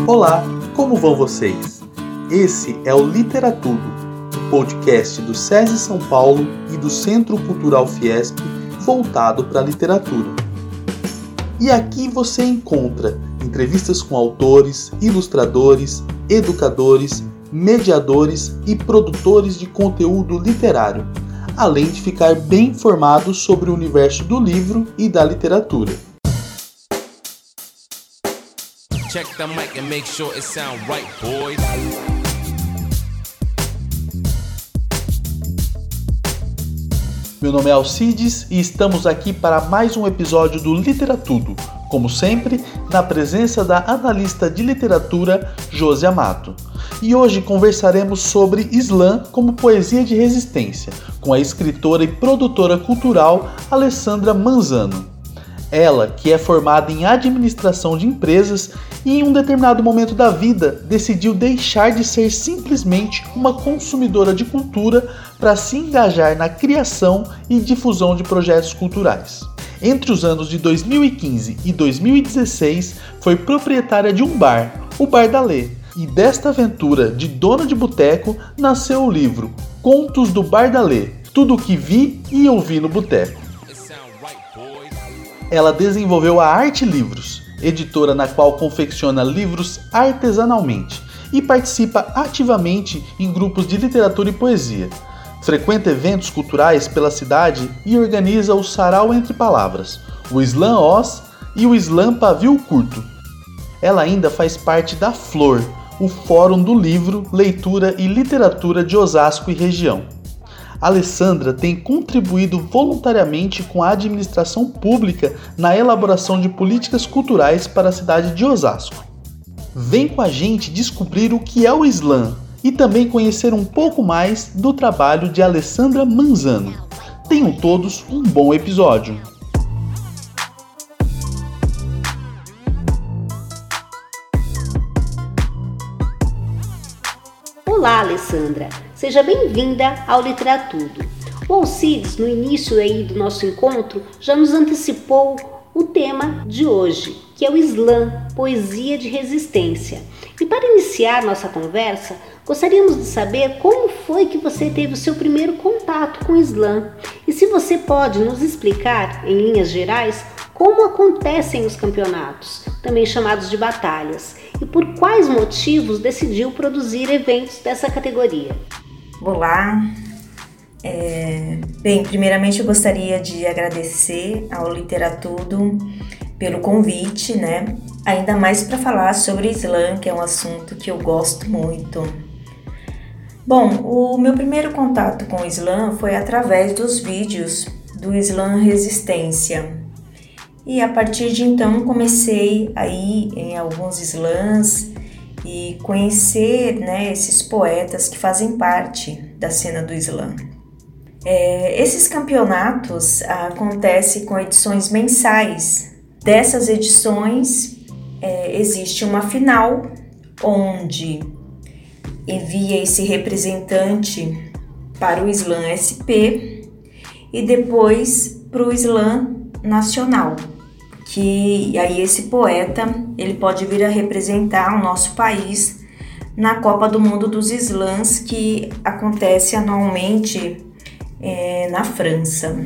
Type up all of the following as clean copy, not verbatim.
Olá, como vão vocês? Esse é o Literatudo, um podcast do SESI São Paulo e do Centro Cultural Fiesp voltado para a literatura. E aqui você encontra entrevistas com autores, ilustradores, educadores, mediadores e produtores de conteúdo literário, além de ficar bem informado sobre o universo do livro e da literatura. Check the mic and make sure it sound right, boys. Meu nome é Alcides e estamos aqui para mais um episódio do Literatudo, como sempre, na presença da analista de literatura Josi Amato. E hoje conversaremos sobre Islã como poesia de resistência, com a escritora e produtora cultural Alessandra Manzano. Ela, que é formada em administração de empresas e em um determinado momento da vida decidiu deixar de ser simplesmente uma consumidora de cultura para se engajar na criação e difusão de projetos culturais. Entre os anos de 2015 e 2016, foi proprietária de um bar, o Bar da Lê, e desta aventura de dona de boteco nasceu o livro Contos do Bar da Lê, tudo o que vi e ouvi no boteco. Ela desenvolveu a Arte Livros, editora na qual confecciona livros artesanalmente e participa ativamente em grupos de literatura e poesia. Frequenta eventos culturais pela cidade e organiza o Sarau Entre Palavras, o Slam Oz e o Slam Pavio Curto. Ela ainda faz parte da Flor, o Fórum do Livro, Leitura e Literatura de Osasco e região. Alessandra tem contribuído voluntariamente com a administração pública na elaboração de políticas culturais para a cidade de Osasco. Vem com a gente descobrir o que é o Islã e também conhecer um pouco mais do trabalho de Alessandra Manzano. Tenham todos um bom episódio. Olá, Alessandra! Seja bem-vinda ao Literatudo. O Alcides, no início aí do nosso encontro, já nos antecipou o tema de hoje, que é o Islã, poesia de resistência. E para iniciar nossa conversa, gostaríamos de saber como foi que você teve o seu primeiro contato com o Islã. E se você pode nos explicar, em linhas gerais, como acontecem os campeonatos, também chamados de batalhas, e por quais motivos decidiu produzir eventos dessa categoria. Olá, primeiramente eu gostaria de agradecer ao Literatudo pelo convite, ainda mais para falar sobre Islã, que é um assunto que eu gosto muito. Bom, o meu primeiro contato com o Islã foi através dos vídeos do Islã Resistência. E a partir de então comecei a ir em alguns slams e conhecer esses poetas que fazem parte da cena do slam. Esses campeonatos acontecem com edições mensais. Dessas edições existe uma final onde envia esse representante para o Slam SP e depois para o Slam nacional. Que aí esse poeta ele pode vir a representar o nosso país na Copa do Mundo dos Slams, que acontece anualmente na França.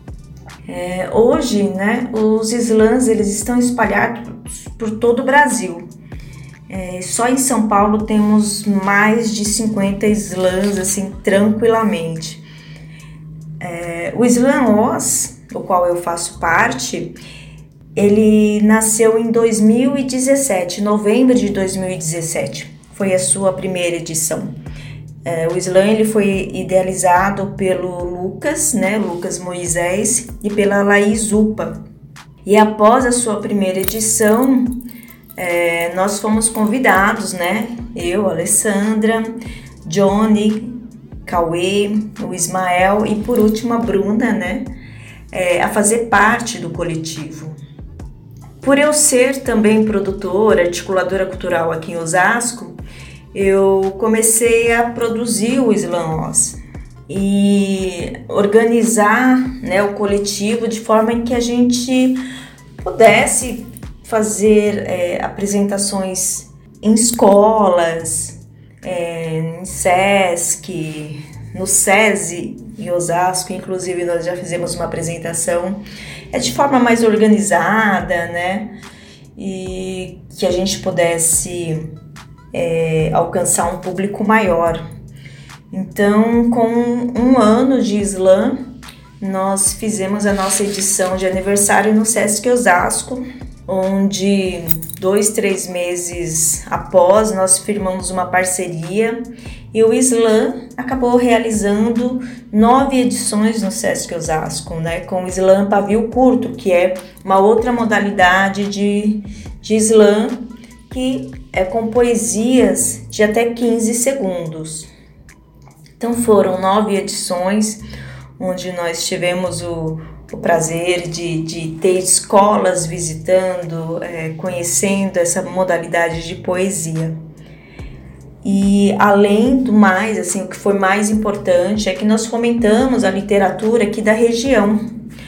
Hoje, os slams eles estão espalhados por todo o Brasil. Só em São Paulo temos mais de 50 slams, assim, tranquilamente. O Slam Oz, do qual eu faço parte, ele nasceu em 2017, novembro de 2017, foi a sua primeira edição. O Slam ele foi idealizado pelo Lucas Moisés e pela Laís Upa. E após a sua primeira edição, nós fomos convidados, eu, Alessandra, Johnny, Cauê, o Ismael e por último a Bruna, a fazer parte do coletivo. Por eu ser também produtora, articuladora cultural aqui em Osasco, eu comecei a produzir o Slam Oz e organizar o coletivo de forma em que a gente pudesse fazer apresentações em escolas, em SESC, no SESI em Osasco, inclusive nós já fizemos uma apresentação, de forma mais organizada, né? E que a gente pudesse alcançar um público maior. Então, com um ano de slam, nós fizemos a nossa edição de aniversário no Sesc Osasco, onde 2-3 meses após nós firmamos uma parceria e o slam acabou realizando 9 edições no Sesc Osasco, né, com o slam pavio curto, que é uma outra modalidade de slam que é com poesias de até 15 segundos. Então foram 9 edições, onde nós tivemos o prazer de ter escolas visitando, conhecendo essa modalidade de poesia. E além do mais, assim, o que foi mais importante é que nós fomentamos a literatura aqui da região,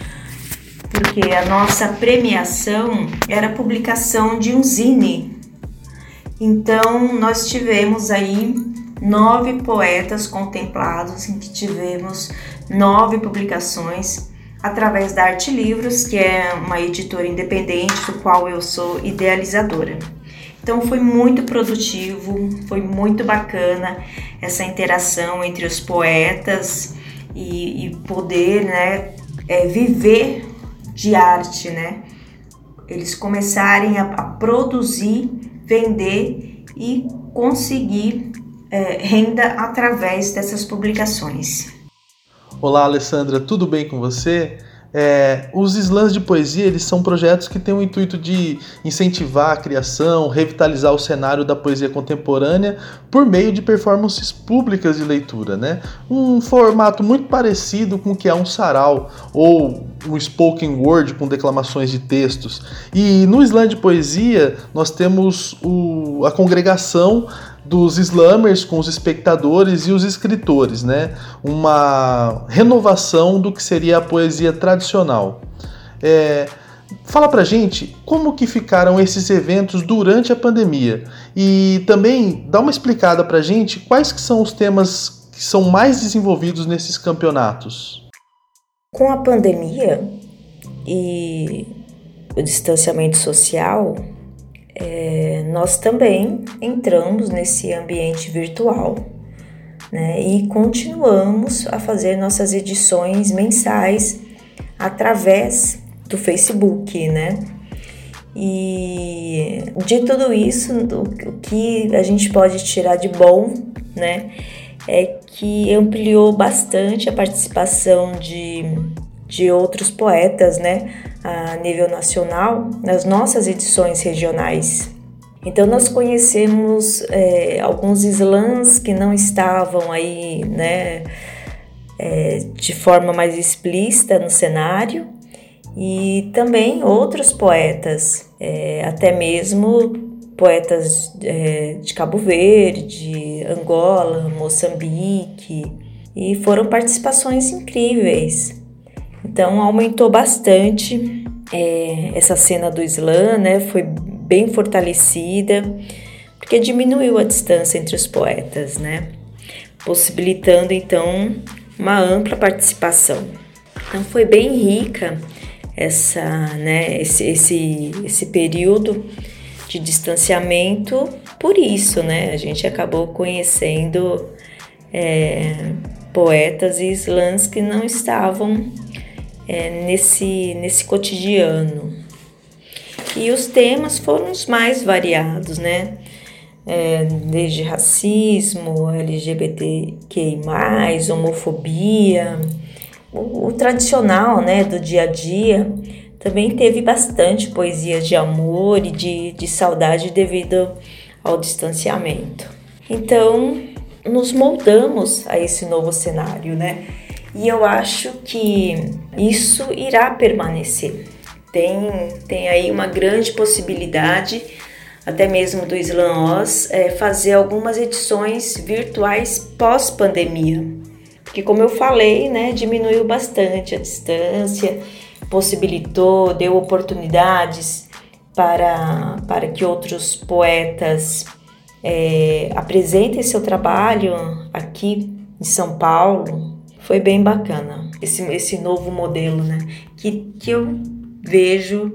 porque a nossa premiação era a publicação de um zine. Então nós tivemos aí 9 poetas contemplados, em que tivemos 9 publicações através da Arte Livros, que é uma editora independente do qual eu sou idealizadora. Então foi muito produtivo, foi muito bacana essa interação entre os poetas e poder, né, viver de arte, né? Eles começarem a produzir, vender e conseguir renda através dessas publicações. Olá, Alessandra, tudo bem com você? Os slams de poesia, eles são projetos que têm o intuito de incentivar a criação, revitalizar o cenário da poesia contemporânea por meio de performances públicas de leitura, né? Um formato muito parecido com o que é um sarau ou um spoken word com declamações de textos. E no slam de poesia, nós temos a congregação dos slamers com os espectadores e os escritores, né? Uma renovação do que seria a poesia tradicional. Fala pra gente como que ficaram esses eventos durante a pandemia e também dá uma explicada pra gente quais que são os temas que são mais desenvolvidos nesses campeonatos. Com a pandemia e o distanciamento social, nós também entramos nesse ambiente virtual, né, e continuamos a fazer nossas edições mensais através do Facebook, né? E de tudo isso, o que a gente pode tirar de bom, né, é que ampliou bastante a participação de outros poetas, né, a nível nacional, nas nossas edições regionais. Então nós conhecemos alguns slams que não estavam aí, né, de forma mais explícita no cenário, e também outros poetas, até mesmo poetas de Cabo Verde, Angola, Moçambique, e foram participações incríveis. Então aumentou bastante essa cena do slam, né? Foi bem fortalecida, porque diminuiu a distância entre os poetas, né? Possibilitando então uma ampla participação. Então foi bem rica esse período de distanciamento. Por isso, né? A gente acabou conhecendo poetas e slams que não estavam nesse cotidiano. E os temas foram os mais variados, né? Desde racismo, LGBTQI+, homofobia, o tradicional, né, do dia a dia. Também teve bastante poesias de amor e de saudade devido ao distanciamento. Então, nos moldamos a esse novo cenário, né? E eu acho que isso irá permanecer. Tem aí uma grande possibilidade, até mesmo do Slam Oz, fazer algumas edições virtuais pós-pandemia. Porque, como eu falei, né, diminuiu bastante a distância, deu oportunidades para que outros poetas apresenta esse seu trabalho aqui em São Paulo. Foi bem bacana esse novo modelo, né? Que eu vejo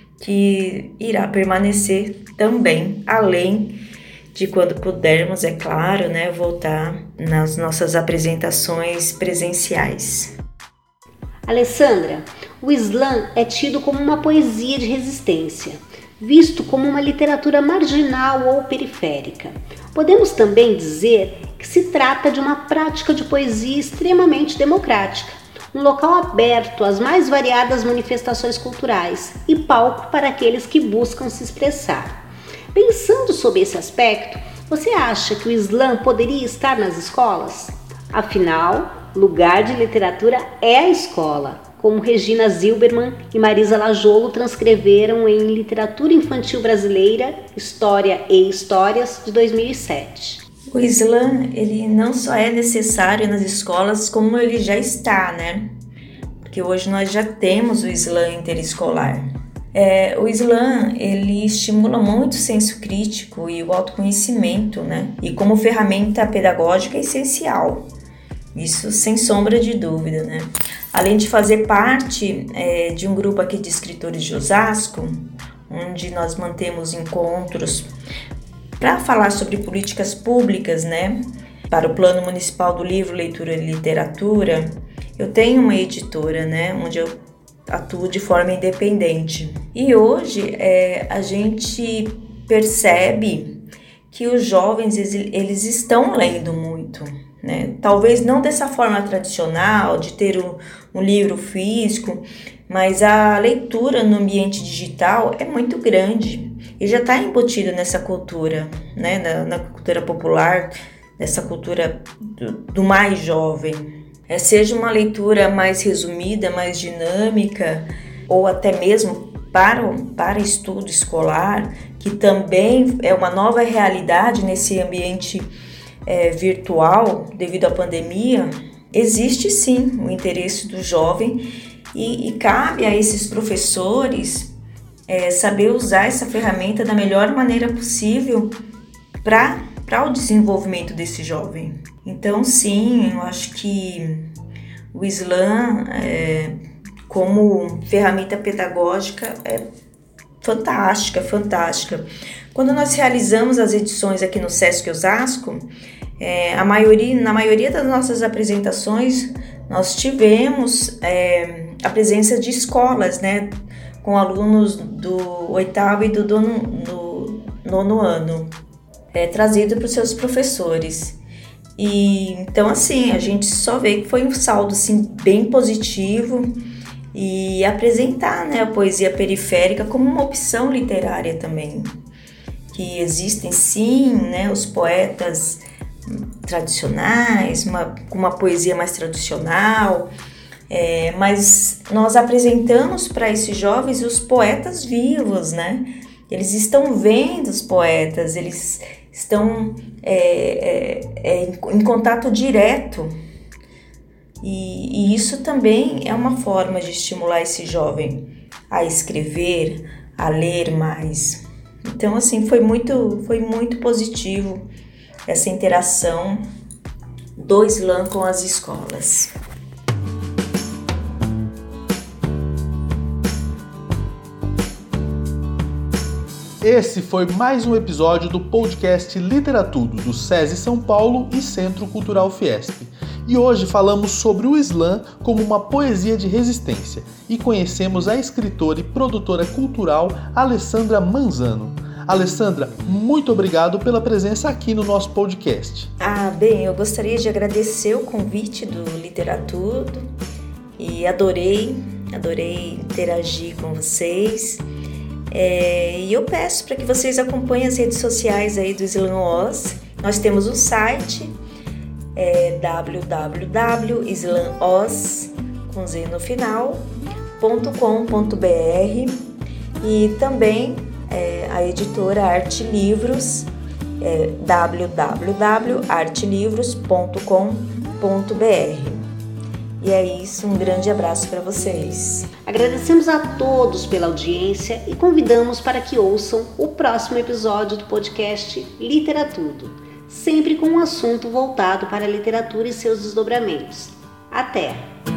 que irá permanecer também, além de quando pudermos, é claro, né, voltar nas nossas apresentações presenciais. Alessandra, o slam é tido como uma poesia de resistência, visto como uma literatura marginal ou periférica. Podemos também dizer que se trata de uma prática de poesia extremamente democrática, um local aberto às mais variadas manifestações culturais e palco para aqueles que buscam se expressar. Pensando sobre esse aspecto, você acha que o slam poderia estar nas escolas? Afinal, lugar de literatura é a escola, como Regina Zilberman e Marisa Lajolo transcreveram em Literatura Infantil Brasileira, História e Histórias, de 2007. O slam, ele não só é necessário nas escolas, como ele já está, né? Porque hoje nós já temos o slam interescolar. O slam, ele estimula muito o senso crítico e o autoconhecimento, né? E como ferramenta pedagógica é essencial. Isso sem sombra de dúvida, né? Além de fazer parte de um grupo aqui de escritores de Osasco, onde nós mantemos encontros para falar sobre políticas públicas, né? Para o Plano Municipal do Livro, Leitura e Literatura, eu tenho uma editora, né? Onde eu atuo de forma independente. E hoje a gente percebe que os jovens, eles estão lendo muito, né? Talvez não dessa forma tradicional, de ter um livro físico, mas a leitura no ambiente digital é muito grande e já está embutido nessa cultura, né? Na cultura popular, nessa cultura do mais jovem. Seja uma leitura mais resumida, mais dinâmica, ou até mesmo para estudo escolar, que também é uma nova realidade nesse ambiente virtual devido à pandemia, existe sim o interesse do jovem e cabe a esses professores saber usar essa ferramenta da melhor maneira possível para o desenvolvimento desse jovem. Então sim, eu acho que o slam como ferramenta pedagógica é fantástica. Quando nós realizamos as edições aqui no Sesc Osasco, na maioria das nossas apresentações, nós tivemos a presença de escolas, né, com alunos do 8º e do 9º ano, trazido para os seus professores. E então, assim, a gente só vê que foi um saldo assim, bem positivo e apresentar, né, a poesia periférica como uma opção literária também. Que existem sim, né, os poetas tradicionais, uma poesia mais tradicional, mas nós apresentamos para esses jovens os poetas vivos, né? Eles estão vendo os poetas, eles estão em contato direto e isso também é uma forma de estimular esse jovem a escrever, a ler mais. Então, assim, foi muito positivo essa interação do slam com as escolas. Esse foi mais um episódio do podcast Literatudo, do SESI São Paulo e Centro Cultural Fiesp. E hoje falamos sobre o slam como uma poesia de resistência e conhecemos a escritora e produtora cultural Alessandra Manzano. Alessandra, muito obrigado pela presença aqui no nosso podcast. Bem, eu gostaria de agradecer o convite do Literatudo e adorei interagir com vocês. E eu peço para que vocês acompanhem as redes sociais aí do Slam Oz. Nós temos o site www.slamoz.com.br e também a editora Arte Livros, www.artelivros.com.br. E é isso, um grande abraço para vocês. Agradecemos a todos pela audiência e convidamos para que ouçam o próximo episódio do podcast Literatudo, sempre com um assunto voltado para a literatura e seus desdobramentos. Até!